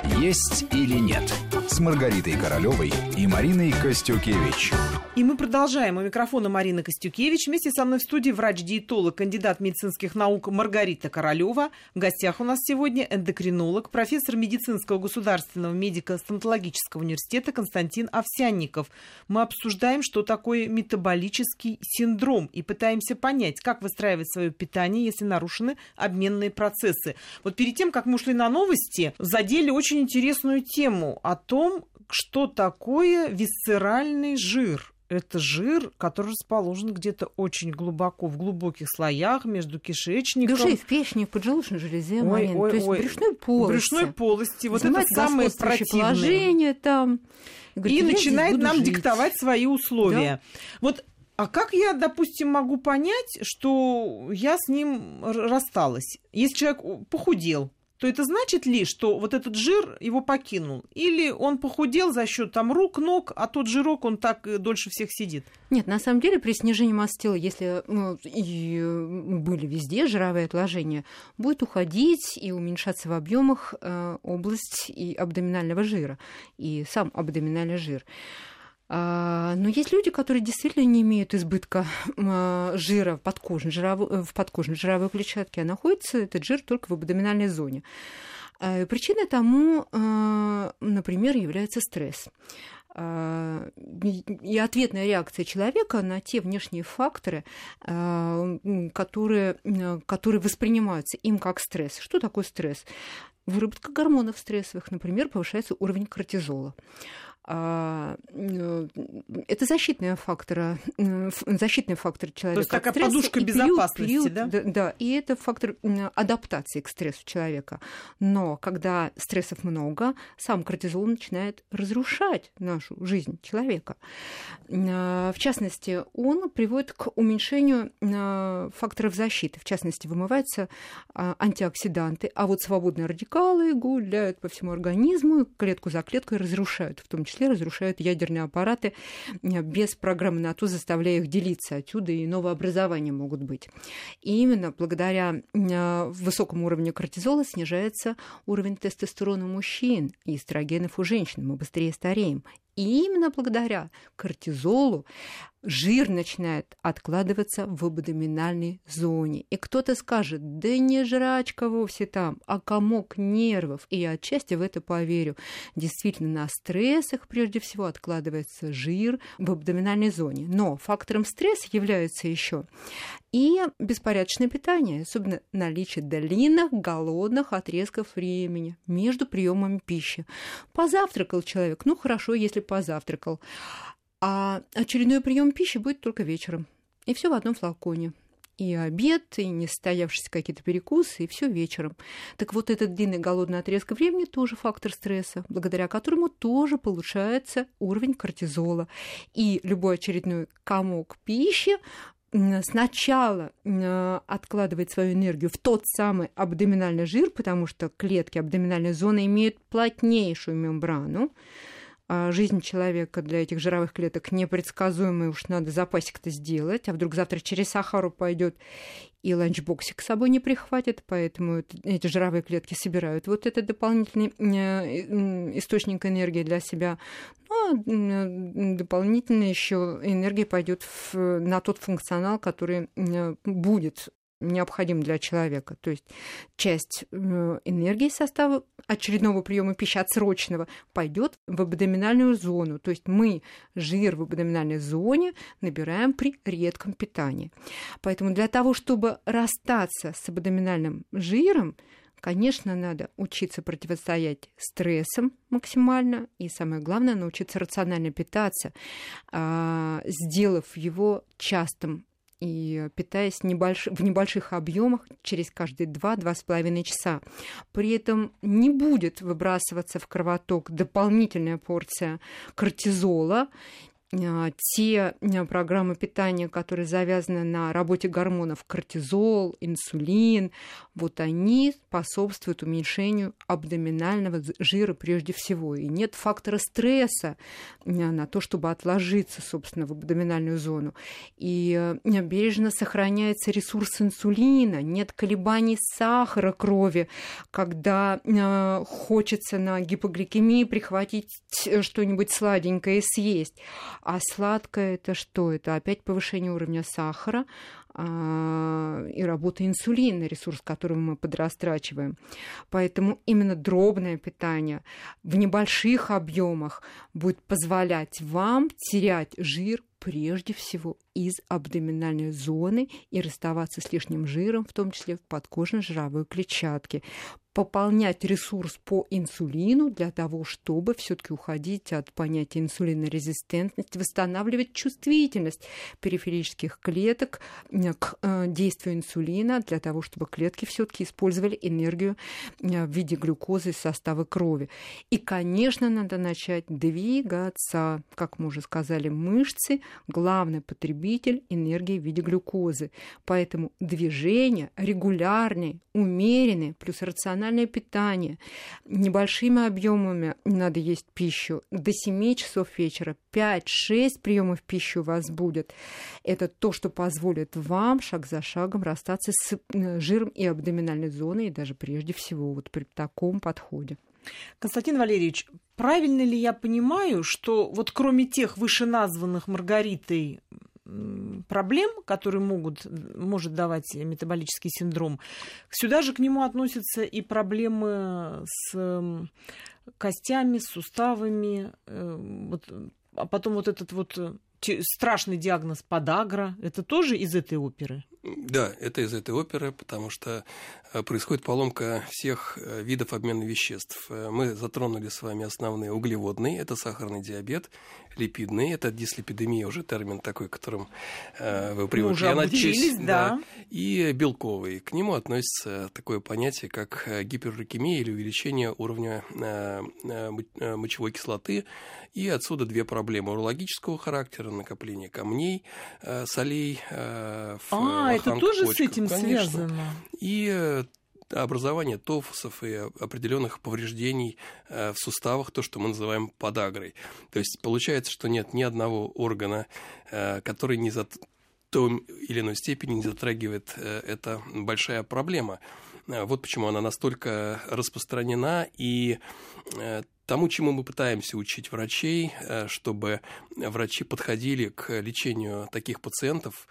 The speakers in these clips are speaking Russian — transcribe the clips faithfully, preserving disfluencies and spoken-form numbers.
«Есть или нет» с Маргаритой Королевой и Мариной Костюкевич. И мы продолжаем. У микрофона Марина Костюкевич. Вместе со мной в студии врач-диетолог, кандидат медицинских наук Маргарита Королева. В гостях у нас сегодня эндокринолог, профессор медицинского государственного медико-стоматологического университета Константин Овсянников. Мы обсуждаем, что такое метаболический синдром, и пытаемся понять, как выстраивать свое питание, если нарушены обменные процессы. Вот перед тем, как мы ушли на новости, задели очень интересную тему о том, что такое висцеральный жир. Это жир, который расположен где-то очень глубоко, в глубоких слоях, между кишечником. Души в печени, в поджелудочной железе, ой, Марин, ой, то есть ой. в брюшной полости. В брюшной полости. Вот это самое противное. Положение там. И, говорит, и начинает нам жить. диктовать свои условия. Да? Вот, а как я, допустим, могу понять, что я с ним рассталась? Если человек похудел, то это значит ли, что вот этот жир его покинул? Или он похудел за счет там рук, ног, а тот жирок, он так дольше всех сидит? Нет, на самом деле при снижении массы тела, если ну, и были везде жировые отложения, будет уходить и уменьшаться в объемах э, область и абдоминального жира, и сам абдоминальный жир. Но есть люди, которые действительно не имеют избытка жира в подкожной жировой, в подкожной жировой клетчатке, а находится этот жир только в абдоминальной зоне. Причиной тому, например, является стресс. И ответная реакция человека на те внешние факторы, которые, которые воспринимаются им как стресс. Что такое стресс? Выработка гормонов стрессовых, например, повышается уровень кортизола. Это защитные факторы, защитные факторы человека. То есть такая подушка безопасности, период, да? да? Да, и это фактор адаптации к стрессу человека. Но когда стрессов много, сам кортизол начинает разрушать нашу жизнь человека. В частности, он приводит к уменьшению факторов защиты. В частности, вымываются антиоксиданты, а вот свободные радикалы гуляют по всему организму, клетку за клеткой разрушают, в том числе разрушают ядерные аппараты без программы на то, заставляя их делиться. Отсюда и новообразования могут быть. И именно благодаря высокому уровню кортизола снижается уровень тестостерона у мужчин и эстрогенов у женщин. Мы быстрее стареем. И именно благодаря кортизолу жир начинает откладываться в абдоминальной зоне. И кто-то скажет, да не жрачка вовсе там, а комок нервов. И я отчасти в это поверю. Действительно, на стрессах прежде всего откладывается жир в абдоминальной зоне. Но фактором стресса является еще и беспорядочное питание, особенно наличие длинных голодных отрезков времени между приемами пищи. Позавтракал человек, ну хорошо, если позавтракал, а очередной прием пищи будет только вечером. И все в одном флаконе. И обед, и не состоявшиеся какие-то перекусы, и все вечером. Так вот, этот длинный голодный отрезок времени тоже фактор стресса, благодаря которому тоже повышается уровень кортизола. И любой очередной комок пищи сначала откладывает свою энергию в тот самый абдоминальный жир, потому что клетки абдоминальной зоны имеют плотнейшую мембрану. Жизнь человека для этих жировых клеток непредсказуемая, уж надо запасик-то сделать, а вдруг завтра через Сахару пойдет и ланчбоксик с собой не прихватит, поэтому эти жировые клетки собирают вот этот дополнительный источник энергии для себя. Ну, а дополнительно еще энергия пойдет на тот функционал, который будет необходим для человека. То есть часть энергии состава очередного приема пищи отсроченного пойдет в абдоминальную зону. То есть мы жир в абдоминальной зоне набираем при редком питании. Поэтому для того, чтобы расстаться с абдоминальным жиром, конечно, надо учиться противостоять стрессам максимально и, самое главное, научиться рационально питаться, сделав его частым и питаясь небольш... в небольших объемах через каждые два-два с половиной часа. При этом не будет выбрасываться в кровоток дополнительная порция кортизола, те программы питания, которые завязаны на работе гормонов кортизол, инсулин, вот они способствуют уменьшению абдоминального жира прежде всего. И нет фактора стресса на то, чтобы отложиться, собственно, в абдоминальную зону. И бережно сохраняется ресурс инсулина, нет колебаний сахара крови, когда хочется на гипогликемии прихватить что-нибудь сладенькое и съесть. А сладкое это что? Это опять повышение уровня сахара а, и работа инсулина, ресурс, который мы подрастрачиваем. Поэтому именно дробное питание в небольших объемах будет позволять вам терять жир прежде всего из абдоминальной зоны и расставаться с лишним жиром, в том числе в подкожно-жировой клетчатке. Пополнять ресурс по инсулину для того, чтобы все-таки уходить от понятия инсулинорезистентности, восстанавливать чувствительность периферических клеток к действию инсулина для того, чтобы клетки все-таки использовали энергию в виде глюкозы из состава крови. И, конечно, надо начать двигаться. Как мы уже сказали, мышцы – главный потребитель энергии в виде глюкозы. Поэтому движение регулярное, умеренное, плюс рациональное питание, небольшими объемами надо есть пищу. До семи часов вечера пять-шесть приемов пищи у вас будет. Это то, что позволит вам шаг за шагом расстаться с жиром и абдоминальной зоной, и даже прежде всего вот при таком подходе. Константин Валерьевич, правильно ли я понимаю, что вот кроме тех вышеназванных Маргаритой проблем, которые могут, может давать метаболический синдром, сюда же к нему относятся и проблемы с костями, с суставами, вот, а потом вот этот вот страшный диагноз подагра, это тоже из этой оперы? Да, это из этой оперы, потому что происходит поломка всех видов обмена веществ. Мы затронули с вами основные: углеводный, это сахарный диабет, липидный, это дислипидемия, уже термин такой, которым вы привыкли. Уже обучились, да. да. И белковый. К нему относится такое понятие, как гиперурикемия или увеличение уровня мочевой кислоты. И отсюда две проблемы: урологического характера, накопление камней, солей в А, это тоже почках, с этим конечно. связано? И образование тофусов и определенных повреждений в суставах, то, что мы называем подагрой. То есть получается, что нет ни одного органа, который не за той или иной степени не затрагивает эта большая проблема. Вот почему она настолько распространена, и тому, чему мы пытаемся учить врачей, чтобы врачи подходили к лечению таких пациентов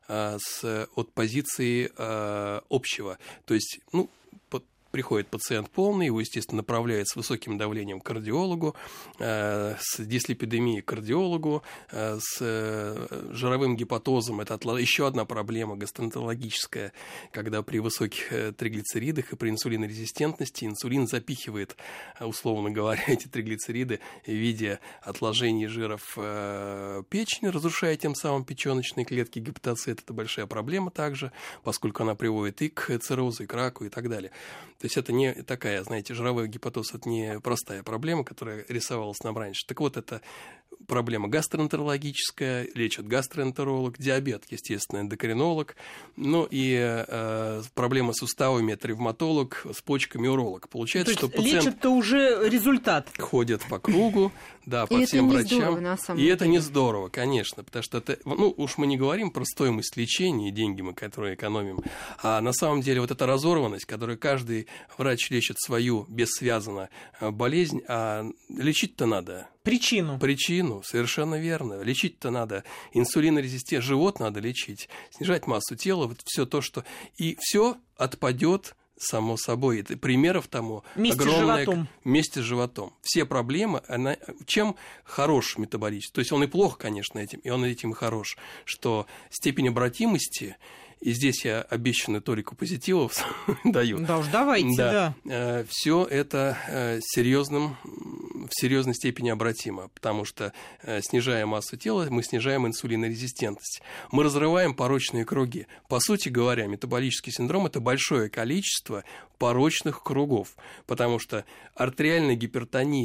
с, от позиции э, общего. То есть, ну, по, приходит пациент полный, его, естественно, направляют с высоким давлением к кардиологу, э, с дислипидемией к кардиологу, э, с э, жировым гепатозом. Это отла... еще одна проблема гастроэнтерологическая, когда при высоких э, триглицеридах и при инсулинорезистентности инсулин запихивает, условно говоря, эти триглицериды в виде отложений жиров э, печени, разрушая тем самым печёночные клетки. Гепатоцит – это большая проблема также, поскольку она приводит и к циррозу, и к раку, и так далее. То есть это не такая, знаете, жировой гепатоз – это не простая проблема, которая рисовалась нам раньше. Так вот, это проблема гастроэнтерологическая, лечит гастроэнтеролог, диабет, естественно, эндокринолог, ну и э, проблема с суставами – это ревматолог, с почками – уролог. Получается, То что есть пациент лечит-то уже результат. Ходит по кругу, да, по и всем это не врачам. Здорово, на самом и деле. это не здорово, конечно, потому что это, ну, уж мы не говорим про стоимость лечения, деньги мы, которые экономим, а на самом деле вот эта разорванность, которую каждый врач лечит свою бессвязно болезнь, а лечить-то надо. Причину. Причину, совершенно верно. Лечить-то надо инсулинорезистент, живот надо лечить, снижать массу тела, вот все то, что... И все отпадет само собой. Это примеров тому вместе огромное... с животом. Вместе с животом. Все проблемы, она... чем хорош метаболический? То есть он и плох, конечно, этим, и он этим и хорош, что степень обратимости... И здесь я обещанную толику позитивов даю. Да уж, давайте, да. да. Все это серьезным, в серьезной степени обратимо, потому что, снижая массу тела, мы снижаем инсулинорезистентность. Мы разрываем порочные круги. По сути говоря, метаболический синдром – это большое количество порочных кругов, потому что артериальная гипертония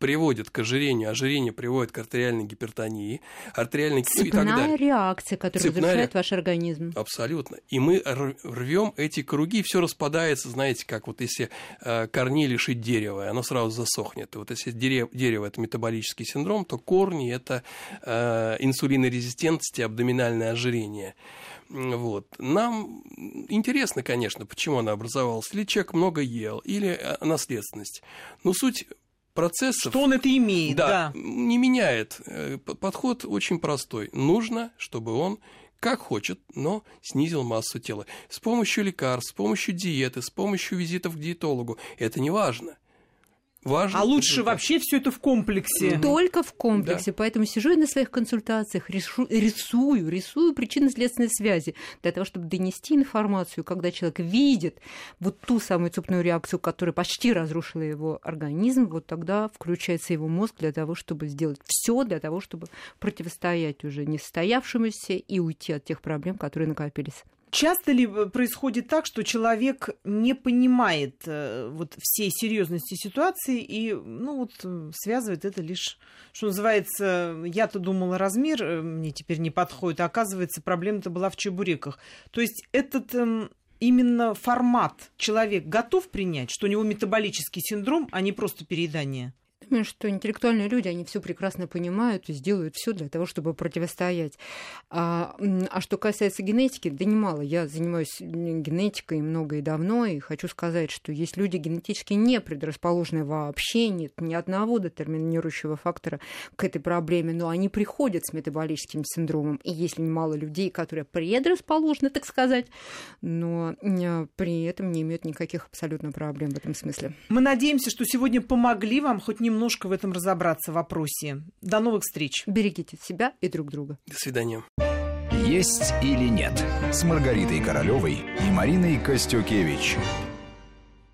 приводит к ожирению, ожирение приводит к артериальной гипертонии, артериальной кислоте и так далее. Цепная реакция, которая Цепная разрушает ре... ваш организм. Абсолютно. И мы рвем эти круги, все распадается, знаете, как вот если э, корни лишить дерева, оно сразу засохнет. И вот если дерев... дерево – это метаболический синдром, то корни – это э, инсулинорезистентность и абдоминальное ожирение. Вот. Нам интересно, конечно, почему она образовалась. Или человек много ел, или наследственность. Но суть процессов... Что он это имеет, да. да. Не меняет. Подход очень простой. Нужно, чтобы он, как хочет, но снизил массу тела. С помощью лекарств, с помощью диеты, с помощью визитов к диетологу. Это не важно. Важно, а лучше вообще все это в комплексе. Только в комплексе. Да. Поэтому сижу я на своих консультациях, решу, рисую, рисую причинно-следственные связи для того, чтобы донести информацию, когда человек видит вот ту самую цепную реакцию, которая почти разрушила его организм, вот тогда включается его мозг для того, чтобы сделать все для того, чтобы противостоять уже несостоявшемуся и уйти от тех проблем, которые накопились. Часто ли происходит так, что человек не понимает э, вот всей серьезности ситуации и, ну вот, связывает это лишь, что называется, я-то думала, размер мне теперь не подходит, а оказывается, проблема-то была в чебуреках. То есть этот э, именно формат человек готов принять, что у него метаболический синдром, а не просто переедание? Думаю, что интеллектуальные люди, они все прекрасно понимают и сделают все для того, чтобы противостоять. А, а что касается генетики, да немало. Я занимаюсь генетикой много и давно, и хочу сказать, что есть люди генетически не предрасположенные вообще, нет ни одного детерминирующего фактора к этой проблеме, но они приходят с метаболическим синдромом. И есть немало людей, которые предрасположены, так сказать, но при этом не имеют никаких абсолютно проблем в этом смысле. Мы надеемся, что сегодня помогли вам хоть немного немножко в этом разобраться в вопросе. До новых встреч. Берегите себя и друг друга. До свидания. «Есть или нет» с Маргаритой Королевой и Мариной Костюкевич.